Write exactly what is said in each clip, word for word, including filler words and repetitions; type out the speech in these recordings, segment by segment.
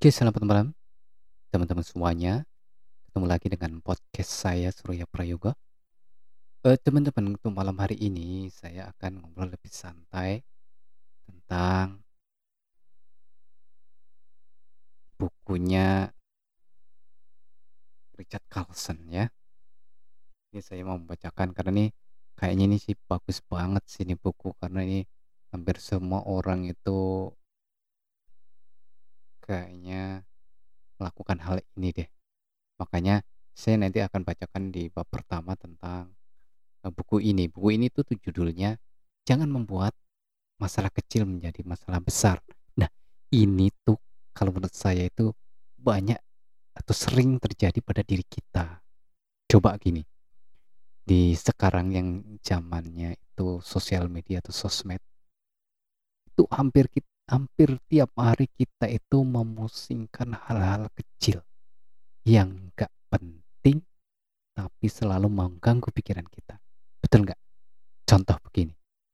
Oke, selamat malam teman-teman semuanya. Ketemu lagi dengan podcast saya Surya Prayoga. Eh, teman-teman, untuk malam hari ini saya akan ngobrol lebih santai tentang bukunya Richard Carlson ya. Ini saya mau membacakan karena ini kayaknya ini sih bagus banget sih ini buku, karena ini hampir semua orang itu kayaknya melakukan hal ini deh. Makanya saya nanti akan bacakan di bab pertama tentang eh, buku ini. Buku ini tuh tuh judulnya Jangan Membuat Masalah Kecil Menjadi Masalah Besar. Nah, ini tuh kalau menurut saya itu banyak atau sering terjadi pada diri kita. Coba gini, di sekarang yang zamannya itu sosial media atau sosmed, itu hampir kita, hampir tiap hari kita itu memusingkan hal-hal kecil yang gak penting tapi selalu mengganggu pikiran kita. Betul nggak? Contoh begini,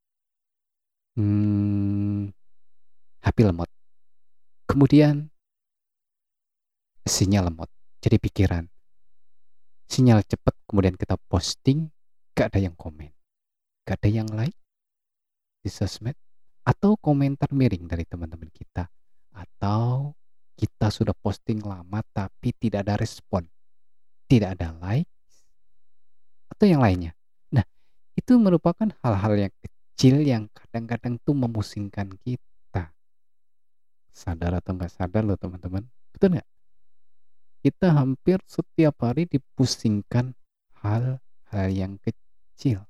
hmm, H P lemot, kemudian sinyal lemot, jadi pikiran. Sinyal cepat, kemudian kita posting, gak ada yang komen, gak ada yang like di sosmed, atau komentar miring dari teman-teman kita, atau kita sudah posting lama tapi tidak ada respon, tidak ada like, atau yang lainnya. Nah, itu merupakan hal-hal yang kecil yang kadang-kadang tuh memusingkan kita. Sadar atau nggak sadar loh teman-teman, betul nggak? Kita hampir setiap hari dipusingkan hal-hal yang kecil.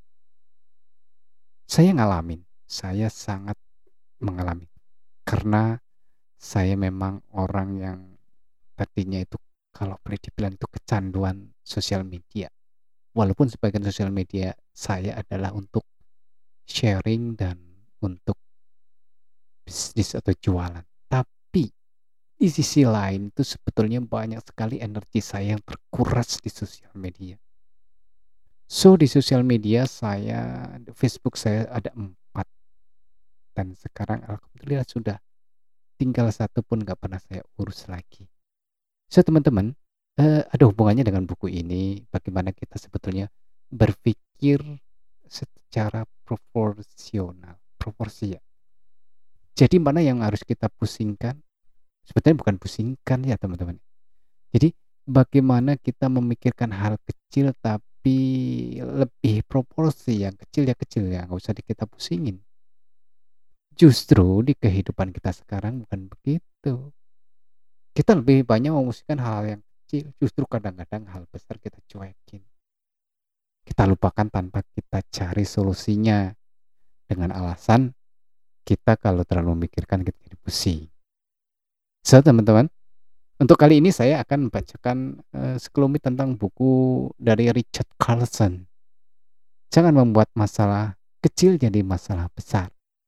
Saya ngalamin, saya sangat mengalami. Karena saya memang orang yang tadinya itu kalau boleh dibilang itu kecanduan sosial media. Walaupun sebagian sosial media saya adalah untuk sharing dan untuk bisnis atau jualan. Tapi di sisi lain itu sebetulnya banyak sekali energi saya yang terkuras di sosial media. So di sosial media saya, Facebook saya ada empat, dan sekarang alhamdulillah sudah tinggal satu pun gak pernah saya urus lagi. So teman-teman, eh, ada hubungannya dengan buku ini, bagaimana kita sebetulnya berpikir secara proporsional, proporsi ya. Jadi mana yang harus kita pusingkan? Sebetulnya bukan pusingkan ya teman-teman. Jadi bagaimana kita memikirkan hal kecil tapi lebih proporsi, yang kecil ya kecil ya, nggak usah kita pusingin. Justru di kehidupan kita sekarang bukan begitu. Kita lebih banyak memusingkan hal yang kecil, justru kadang-kadang hal besar kita cuekin. Kita lupakan tanpa kita cari solusinya dengan alasan kita kalau terlalu memikirkan kita jadi pusing. So teman-teman, untuk kali ini saya akan membacakan uh, sekelumit tentang buku dari Richard Carlson. Jangan membuat masalah kecil jadi masalah besar.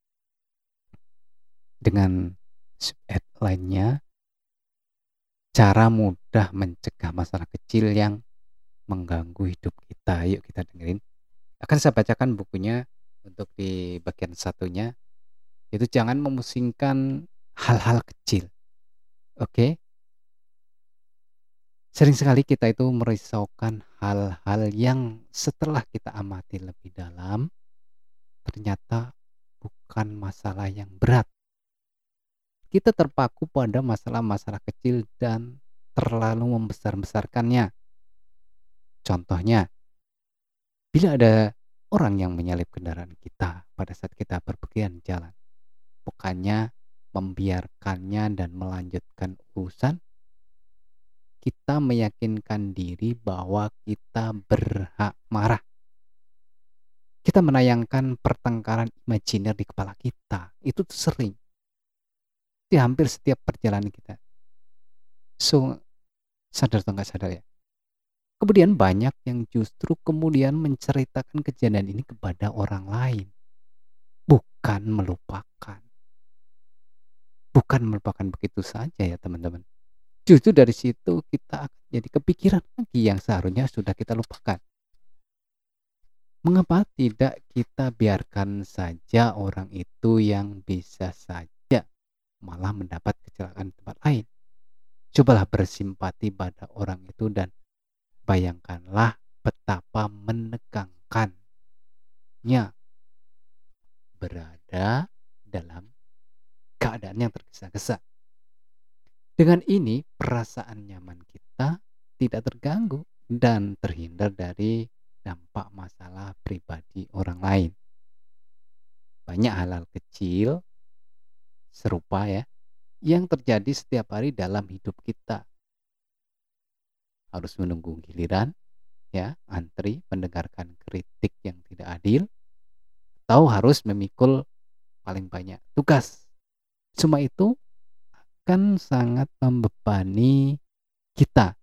Dengan headline-nya, cara mudah mencegah masalah kecil yang mengganggu hidup kita. Yuk kita dengerin. Akan saya bacakan bukunya untuk di bagian satunya. Itu jangan memusingkan hal-hal kecil. Oke? Okay? Sering sekali kita itu merisaukan hal-hal yang setelah kita amati lebih dalam, ternyata bukan masalah yang berat. Kita terpaku pada masalah-masalah kecil dan terlalu membesar-besarkannya. Contohnya, bila ada orang yang menyalip kendaraan kita pada saat kita berpergian jalan, bukannya membiarkannya dan melanjutkan urusan, kita meyakinkan diri bahwa kita berhak marah. Kita menayangkan pertengkaran imajiner di kepala kita. Itu tuh sering. Di hampir setiap perjalanan kita. So, sadar atau nggak sadar ya? Kemudian banyak yang justru kemudian menceritakan kejadian ini kepada orang lain. Bukan melupakan. Bukan melupakan begitu saja ya teman-teman. Justru dari situ kita akan jadi kepikiran lagi yang seharusnya sudah kita lupakan. Mengapa tidak kita biarkan saja orang itu yang bisa saja malah mendapat kecelakaan di tempat lain? Cobalah bersimpati pada orang itu dan bayangkanlah betapa menegangkannya berada dalam keadaan yang tergesa-gesa. Dengan ini, perasaan nyaman kita tidak terganggu dan terhindar dari dampak masalah pribadi orang lain. Banyak hal-hal kecil serupa ya yang terjadi setiap hari dalam hidup kita. Harus menunggu giliran, ya, antri, mendengarkan kritik yang tidak adil, atau harus memikul paling banyak tugas. Semua itu akan sangat membebani kita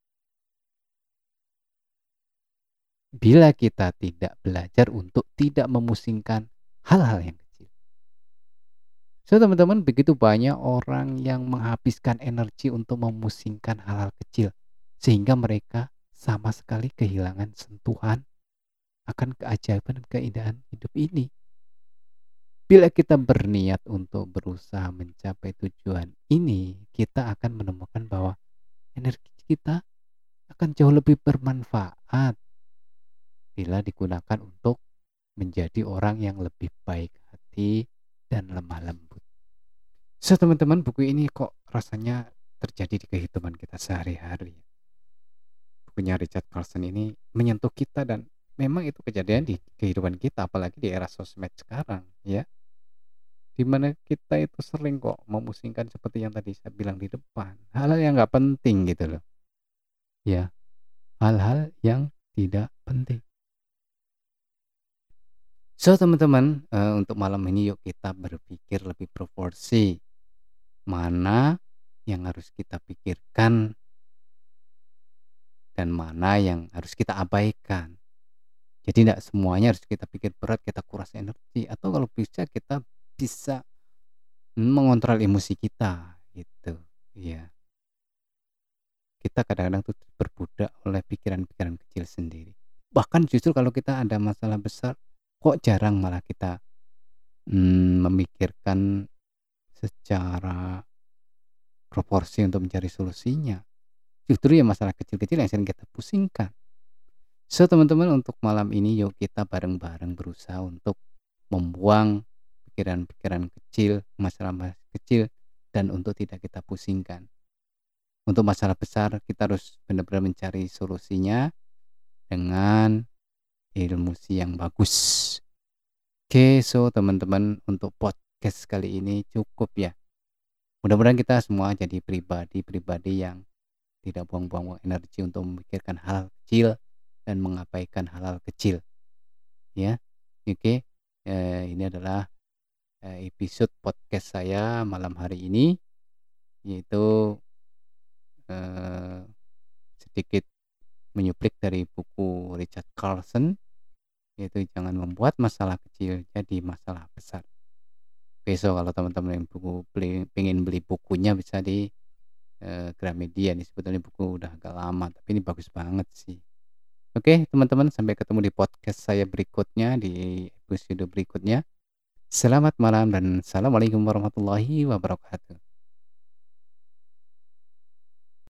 bila kita tidak belajar untuk tidak memusingkan hal-hal yang kecil. So teman-teman, begitu banyak orang yang menghabiskan energi untuk memusingkan hal-hal kecil sehingga mereka sama sekali kehilangan sentuhan akan keajaiban dan keindahan hidup ini. Bila kita berniat untuk berusaha mencapai tujuan ini, kita akan menemukan bahwa energi kita akan jauh lebih bermanfaat bila digunakan untuk menjadi orang yang lebih baik hati dan lemah lembut. So teman-teman, buku ini kok rasanya terjadi di kehidupan kita sehari-hari. Bukunya Richard Carlson ini menyentuh kita dan memang itu kejadian di kehidupan kita, apalagi di era sosmed sekarang ya. Dimana kita itu sering kok memusingkan seperti yang tadi saya bilang di depan, hal-hal yang nggak penting gitu loh ya, hal-hal yang tidak penting. So teman-teman, uh, untuk malam ini yuk kita berpikir lebih proporsi, mana yang harus kita pikirkan dan mana yang harus kita abaikan. Jadi tidak semuanya harus kita pikir berat, kita kuras energi, atau kalau bisa kita bisa mengontrol emosi kita gitu ya. Kita kadang-kadang tuh berbudak oleh pikiran-pikiran kecil sendiri. Bahkan justru kalau kita ada masalah besar, kok jarang malah kita hmm, memikirkan secara proporsi untuk mencari solusinya. Justru ya masalah kecil-kecil yang sering kita pusingkan. So teman-teman, untuk malam ini yuk kita bareng-bareng berusaha untuk membuang pikiran-pikiran kecil, masalah-masalah kecil, dan untuk tidak kita pusingkan. Untuk masalah besar kita harus benar-benar mencari solusinya dengan ilmu yang bagus. Oke, so teman-teman, untuk podcast kali ini cukup ya. Mudah-mudahan kita semua jadi pribadi-pribadi yang tidak buang-buang energi untuk memikirkan hal kecil dan mengabaikan hal-hal kecil. Ya, oke. Eh, ini adalah eh, episode podcast saya malam hari ini, yaitu eh, sedikit menyuplik dari buku Richard Carlson, yaitu jangan membuat masalah kecil jadi masalah besar. Besok kalau teman-teman yang buku beli, pengen beli bukunya bisa di eh, Gramedia. Ini sebetulnya buku udah agak lama, tapi ini bagus banget sih. Oke teman-teman, sampai ketemu di podcast saya berikutnya, di episode berikutnya. Selamat malam dan assalamualaikum warahmatullahi wabarakatuh.